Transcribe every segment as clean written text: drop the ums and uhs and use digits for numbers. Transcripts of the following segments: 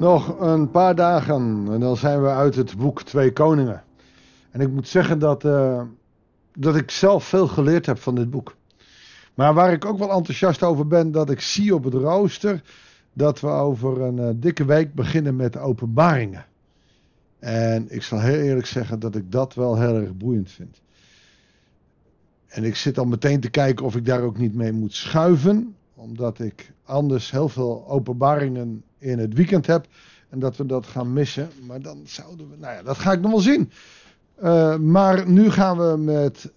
Nog een paar dagen en dan zijn we uit het boek 2 Koningen. En ik moet zeggen dat ik zelf veel geleerd heb van dit boek. Maar waar ik ook wel enthousiast over ben, dat ik zie op het rooster dat we over een dikke week beginnen met de Openbaringen. En ik zal heel eerlijk zeggen dat ik dat wel heel erg boeiend vind. En ik zit al meteen te kijken of ik daar ook niet mee moet schuiven. Omdat ik anders heel veel openbaringen in het weekend heb. En dat we dat gaan missen. Maar dan zouden we... Nou ja, dat ga ik nog wel zien. Maar nu gaan we met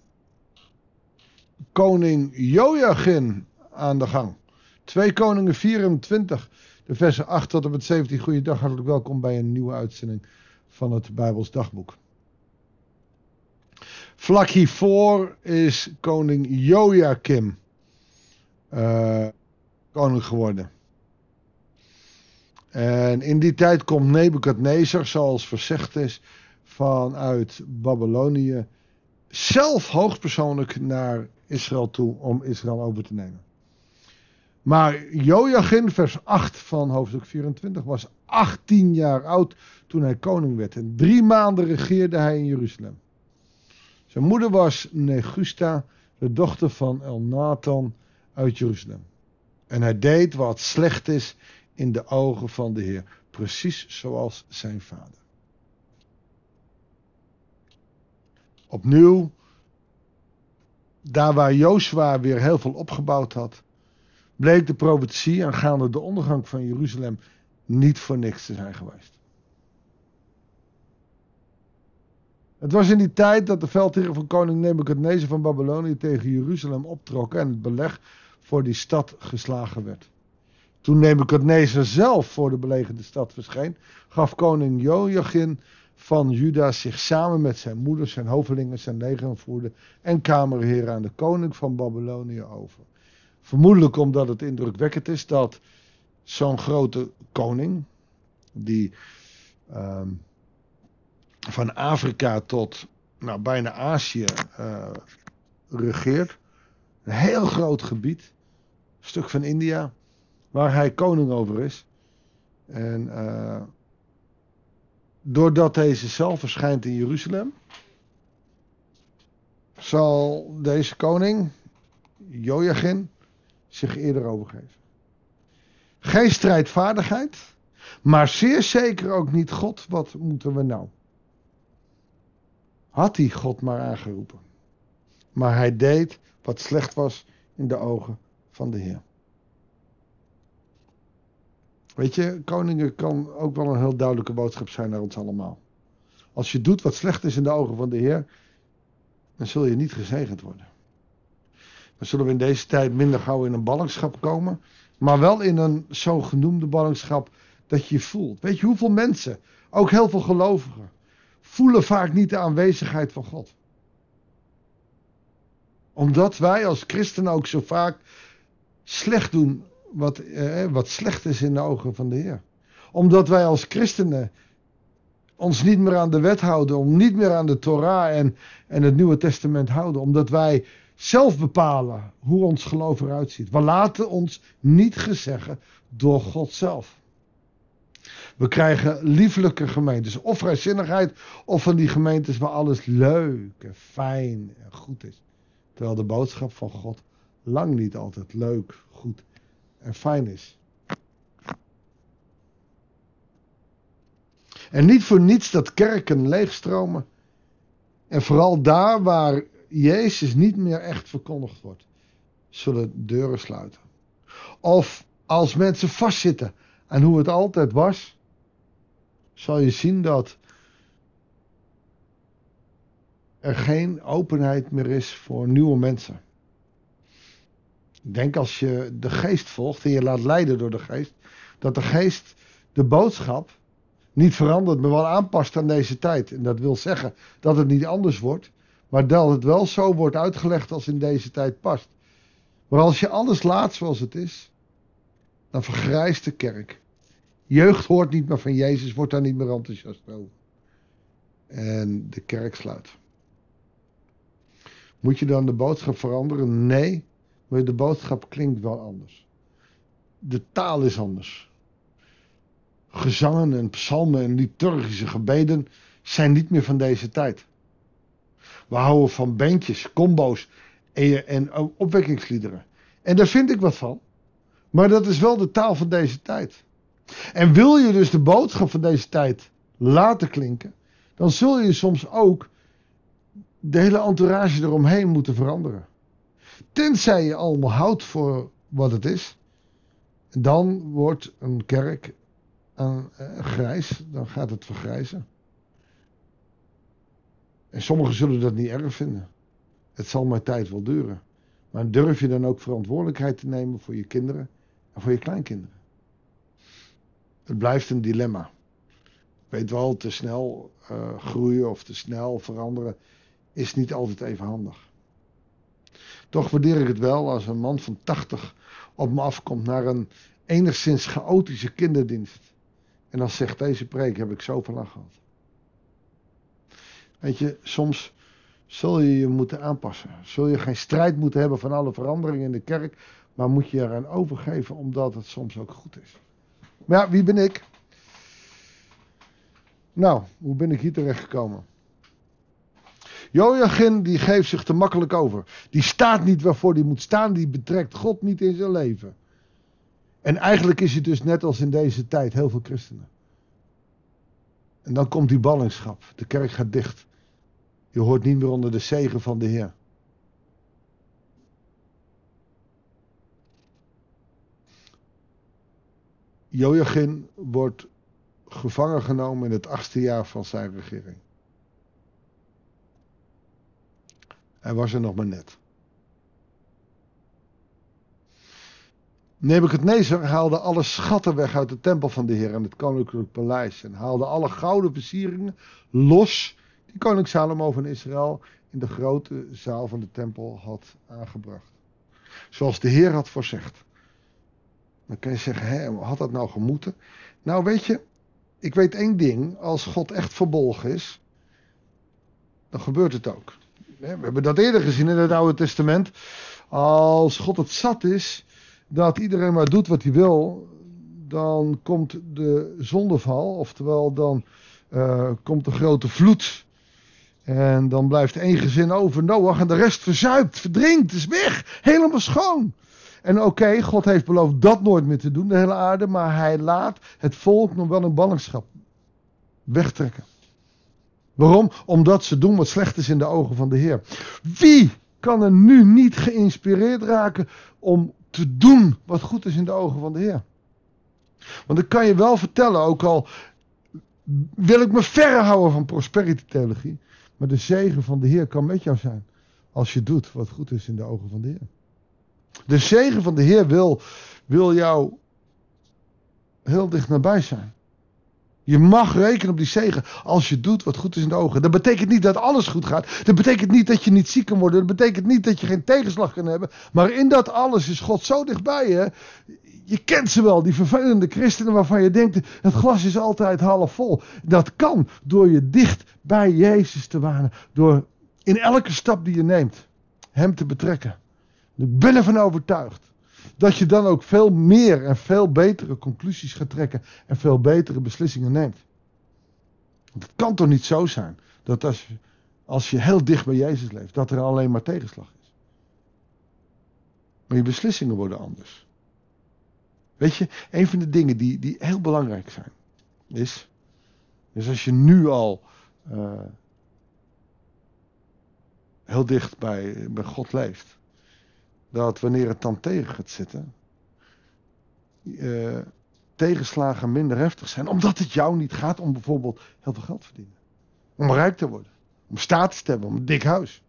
koning Joachim aan de gang. 2 Koningen 24. De versen 8 tot en met 17. Goeiedag, hartelijk welkom bij een nieuwe uitzending van het Bijbels Dagboek. Vlak hiervoor is koning Joachim koning geworden. En in die tijd komt Nebukadnezar, zoals verzegd is, vanuit Babylonië, zelf hoogstpersoonlijk naar Israël toe om Israël over te nemen. Maar Joachim, vers 8 van hoofdstuk 24, was 18 jaar oud toen hij koning werd. En 3 maanden regeerde hij in Jeruzalem. Zijn moeder was Negusta, de dochter van Elnathan uit Jeruzalem. En hij deed wat slecht is in de ogen van de Heer. Precies zoals zijn vader. Opnieuw, daar waar Jozua weer heel veel opgebouwd had, bleek de profetie aangaande de ondergang van Jeruzalem niet voor niks te zijn geweest. Het was in die tijd dat de veldheren van koning Nebukadnezar van Babylonië tegen Jeruzalem optrokken en het beleg voor die stad geslagen werd. Toen Nebukadnezar zelf voor de belegerde stad verscheen, gaf koning Joachim van Juda zich samen met zijn moeder, zijn hovelingen, zijn legervoerder en kamerheren aan de koning van Babylonië over. Vermoedelijk omdat het indrukwekkend is dat zo'n grote koning, die van Afrika tot bijna Azië regeert, een heel groot gebied, een stuk van India, waar hij koning over is. En doordat deze zelf verschijnt in Jeruzalem, zal deze koning, Joachim, zich eerder overgeven. Geen strijdvaardigheid, maar zeer zeker ook niet God, wat moeten we nou? Had hij God maar aangeroepen. Maar hij deed wat slecht was in de ogen van de Heer. Weet je, koningen kan ook wel een heel duidelijke boodschap zijn naar ons allemaal. Als je doet wat slecht is in de ogen van de Heer, dan zul je niet gezegend worden. Dan zullen we in deze tijd minder gauw in een ballingschap komen, maar wel in een zogenoemde ballingschap dat je voelt. Weet je hoeveel mensen, ook heel veel gelovigen, voelen vaak niet de aanwezigheid van God. Omdat wij als christenen ook zo vaak slecht doen wat slecht is in de ogen van de Heer. Omdat wij als christenen ons niet meer aan de wet houden, om niet meer aan de Torah en het Nieuwe Testament houden. Omdat wij zelf bepalen hoe ons geloof eruit ziet. We laten ons niet gezeggen door God zelf. We krijgen lieflijke gemeentes, of vrijzinnigheid, of van die gemeentes waar alles leuk en fijn en goed is. Terwijl de boodschap van God lang niet altijd leuk, goed en fijn is. En niet voor niets dat kerken leegstromen. En vooral daar waar Jezus niet meer echt verkondigd wordt, zullen deuren sluiten. Of als mensen vastzitten aan hoe het altijd was, zal je zien dat er geen openheid meer is voor nieuwe mensen. Ik denk als je de geest volgt en je laat leiden door de geest, dat de geest de boodschap niet verandert, maar wel aanpast aan deze tijd. En dat wil zeggen dat het niet anders wordt, maar dat het wel zo wordt uitgelegd als in deze tijd past. Maar als je alles laat zoals het is, dan vergrijst de kerk. Jeugd hoort niet meer van Jezus, wordt daar niet meer enthousiast over. En de kerk sluit. Moet je dan de boodschap veranderen? Nee, maar de boodschap klinkt wel anders. De taal is anders. gezangen en psalmen en liturgische gebeden zijn niet meer van deze tijd. We houden van bandjes, combo's en opwekkingsliederen. En daar vind ik wat van. Maar dat is wel de taal van deze tijd. En wil je dus de boodschap van deze tijd laten klinken, dan zul je soms ook de hele entourage eromheen moeten veranderen. Tenzij je allemaal houdt voor wat het is, dan wordt een kerk grijs, dan gaat het vergrijzen. En sommigen zullen dat niet erg vinden. Het zal maar tijd wel duren. Maar durf je dan ook verantwoordelijkheid te nemen voor je kinderen en voor je kleinkinderen? Het blijft een dilemma. Ik weet wel, te snel groeien of te snel veranderen is niet altijd even handig. Toch waardeer ik het wel als een man van 80 op me afkomt naar een enigszins chaotische kinderdienst. En dan zegt, deze preek heb ik zoveel aan gehad. Weet je, soms zul je je moeten aanpassen. Zul je geen strijd moeten hebben van alle veranderingen in de kerk, maar moet je eraan overgeven omdat het soms ook goed is. Maar ja, wie ben ik? Nou, hoe ben ik hier terecht gekomen? Joachim die geeft zich te makkelijk over. Die staat niet waarvoor die moet staan, die betrekt God niet in zijn leven. En eigenlijk is het dus net als in deze tijd heel veel christenen. En dan komt die ballingschap. De kerk gaat dicht. Je hoort niet meer onder de zegen van de Heer. Joachim wordt gevangen genomen in het 8e jaar van zijn regering. Hij was er nog maar net. Nebukadnezar haalde alle schatten weg uit de tempel van de Heer en het koninklijk paleis. En haalde alle gouden versieringen los die koning Salomo van Israël in de grote zaal van de tempel had aangebracht. Zoals de Heer had voorzegd. Dan kun je zeggen, hè, had dat nou gemoeten? Nou weet je, ik weet één ding. Als God echt verbolgen is, dan gebeurt het ook. We hebben dat eerder gezien in het Oude Testament. Als God het zat is dat iedereen maar doet wat hij wil, dan komt de zondeval, oftewel dan komt de grote vloed. En dan blijft één gezin over, Noach, en de rest verzuipt, verdrinkt, is weg, helemaal schoon. En oké, God heeft beloofd dat nooit meer te doen, de hele aarde, maar hij laat het volk nog wel in ballingschap wegtrekken. Waarom? Omdat ze doen wat slecht is in de ogen van de Heer. Wie kan er nu niet geïnspireerd raken om te doen wat goed is in de ogen van de Heer? Want ik kan je wel vertellen, ook al wil ik me verre houden van prosperity theologie, maar de zegen van de Heer kan met jou zijn als je doet wat goed is in de ogen van de Heer. De zegen van de Heer wil jou heel dicht nabij zijn. Je mag rekenen op die zegen als je doet wat goed is in de ogen. Dat betekent niet dat alles goed gaat. Dat betekent niet dat je niet ziek kan worden. Dat betekent niet dat je geen tegenslag kan hebben. Maar in dat alles is God zo dichtbij je. Je kent ze wel, die vervelende christenen waarvan je denkt, het glas is altijd half vol. Dat kan door je dicht bij Jezus te wanen. Door in elke stap die je neemt, hem te betrekken. Ik ben ervan overtuigd dat je dan ook veel meer en veel betere conclusies gaat trekken en veel betere beslissingen neemt. Want het kan toch niet zo zijn dat als je heel dicht bij Jezus leeft, dat er alleen maar tegenslag is. Maar je beslissingen worden anders. Weet je, een van de dingen die heel belangrijk zijn, is als je nu al heel dicht bij God leeft, dat wanneer het dan tegen gaat zitten, tegenslagen minder heftig zijn. Omdat het jou niet gaat om bijvoorbeeld heel veel geld te verdienen. Om rijk te worden. Om status te hebben. Om een dik huis.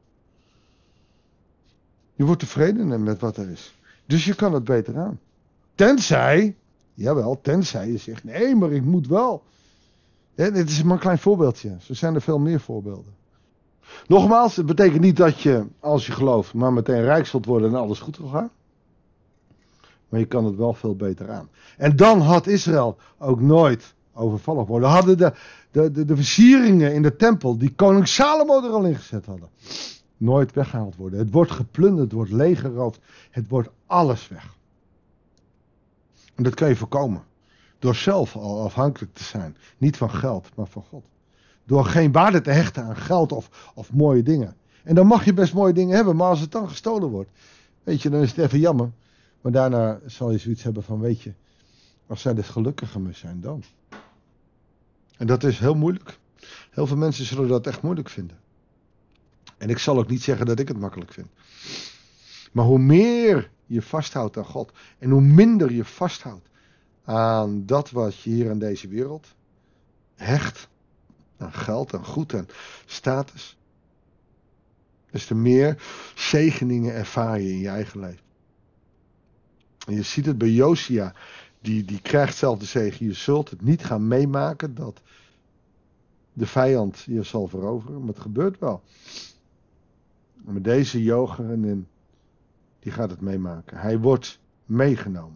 Je wordt tevreden met wat er is. Dus je kan het beter aan. Tenzij je zegt, nee, maar ik moet wel. Ja, dit is maar een klein voorbeeldje. Zo zijn er veel meer voorbeelden. Nogmaals, het betekent niet dat je, als je gelooft, maar meteen rijk zult worden en alles goed zal gaan. Maar je kan het wel veel beter aan. En dan had Israël ook nooit overvallen worden. Hadden de versieringen in de tempel, die koning Salomo er al in gezet hadden, nooit weggehaald worden. Het wordt geplunderd, het wordt leeggeroofd, het wordt alles weg. En dat kan je voorkomen. Door zelf al afhankelijk te zijn. Niet van geld, maar van God. Door geen waarde te hechten aan geld of mooie dingen. En dan mag je best mooie dingen hebben, maar als het dan gestolen wordt. Weet je, dan is het even jammer. Maar daarna zal je zoiets hebben van, weet je, als zij dus gelukkiger mee zijn dan. En dat is heel moeilijk. Heel veel mensen zullen dat echt moeilijk vinden. En ik zal ook niet zeggen dat ik het makkelijk vind. Maar hoe meer je vasthoudt aan God. En hoe minder je vasthoudt aan dat wat je hier in deze wereld hecht. Aan geld, aan goed en status. Des te meer zegeningen ervaar je in je eigen leven. En je ziet het bij Josia. Die krijgt zelf de zegen. Je zult het niet gaan meemaken dat de vijand je zal veroveren. Maar het gebeurt wel. En met deze Jochanan, die gaat het meemaken. Hij wordt meegenomen.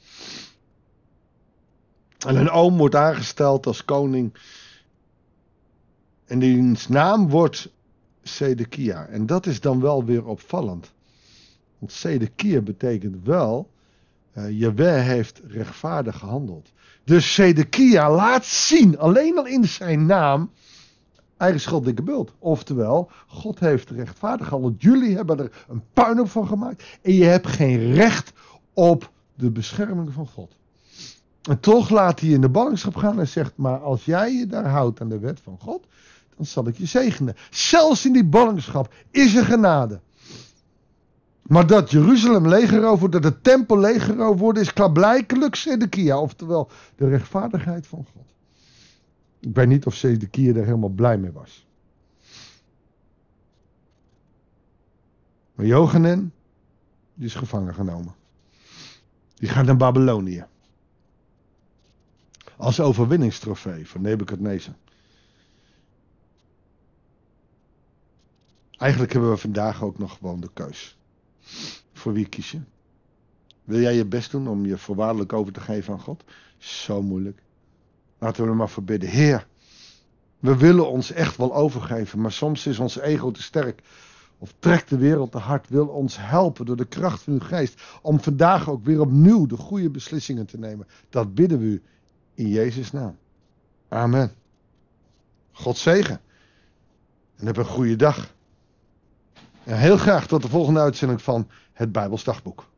En een oom wordt aangesteld als koning. En diens naam wordt Zedekia. En dat is dan wel weer opvallend. Want Zedekia betekent wel, Jahweh heeft rechtvaardig gehandeld. Dus Zedekia laat zien, alleen al in zijn naam, eigen schuld, dikke bult. Oftewel, God heeft rechtvaardig gehandeld. Jullie hebben er een puinhoop van gemaakt. En je hebt geen recht op de bescherming van God. En toch laat hij in de ballingschap gaan en zegt, maar als jij je daar houdt aan de wet van God, dan zal ik je zegenen. Zelfs in die ballingschap is er genade. Maar dat Jeruzalem leeggeroofd wordt, dat de tempel leeggeroofd wordt, is klaarblijkelijk Zedekia. Oftewel, de rechtvaardigheid van God. Ik weet niet of Zedekia er helemaal blij mee was. Maar Jochanan, die is gevangen genomen. Die gaat naar Babylonië. Als overwinningstrofee van Nebukadnezar. Eigenlijk hebben we vandaag ook nog gewoon de keus. Voor wie kies je? Wil jij je best doen om je voorwaardelijk over te geven aan God? Zo moeilijk. Laten we er maar voor bidden. Heer, we willen ons echt wel overgeven, maar soms is ons ego te sterk. Of trekt de wereld te hard. Wil ons helpen door de kracht van uw geest. Om vandaag ook weer opnieuw de goede beslissingen te nemen. Dat bidden we u in Jezus' naam. Amen. God zegen. En heb een goede dag. En heel graag tot de volgende uitzending van het Bijbels Dagboek.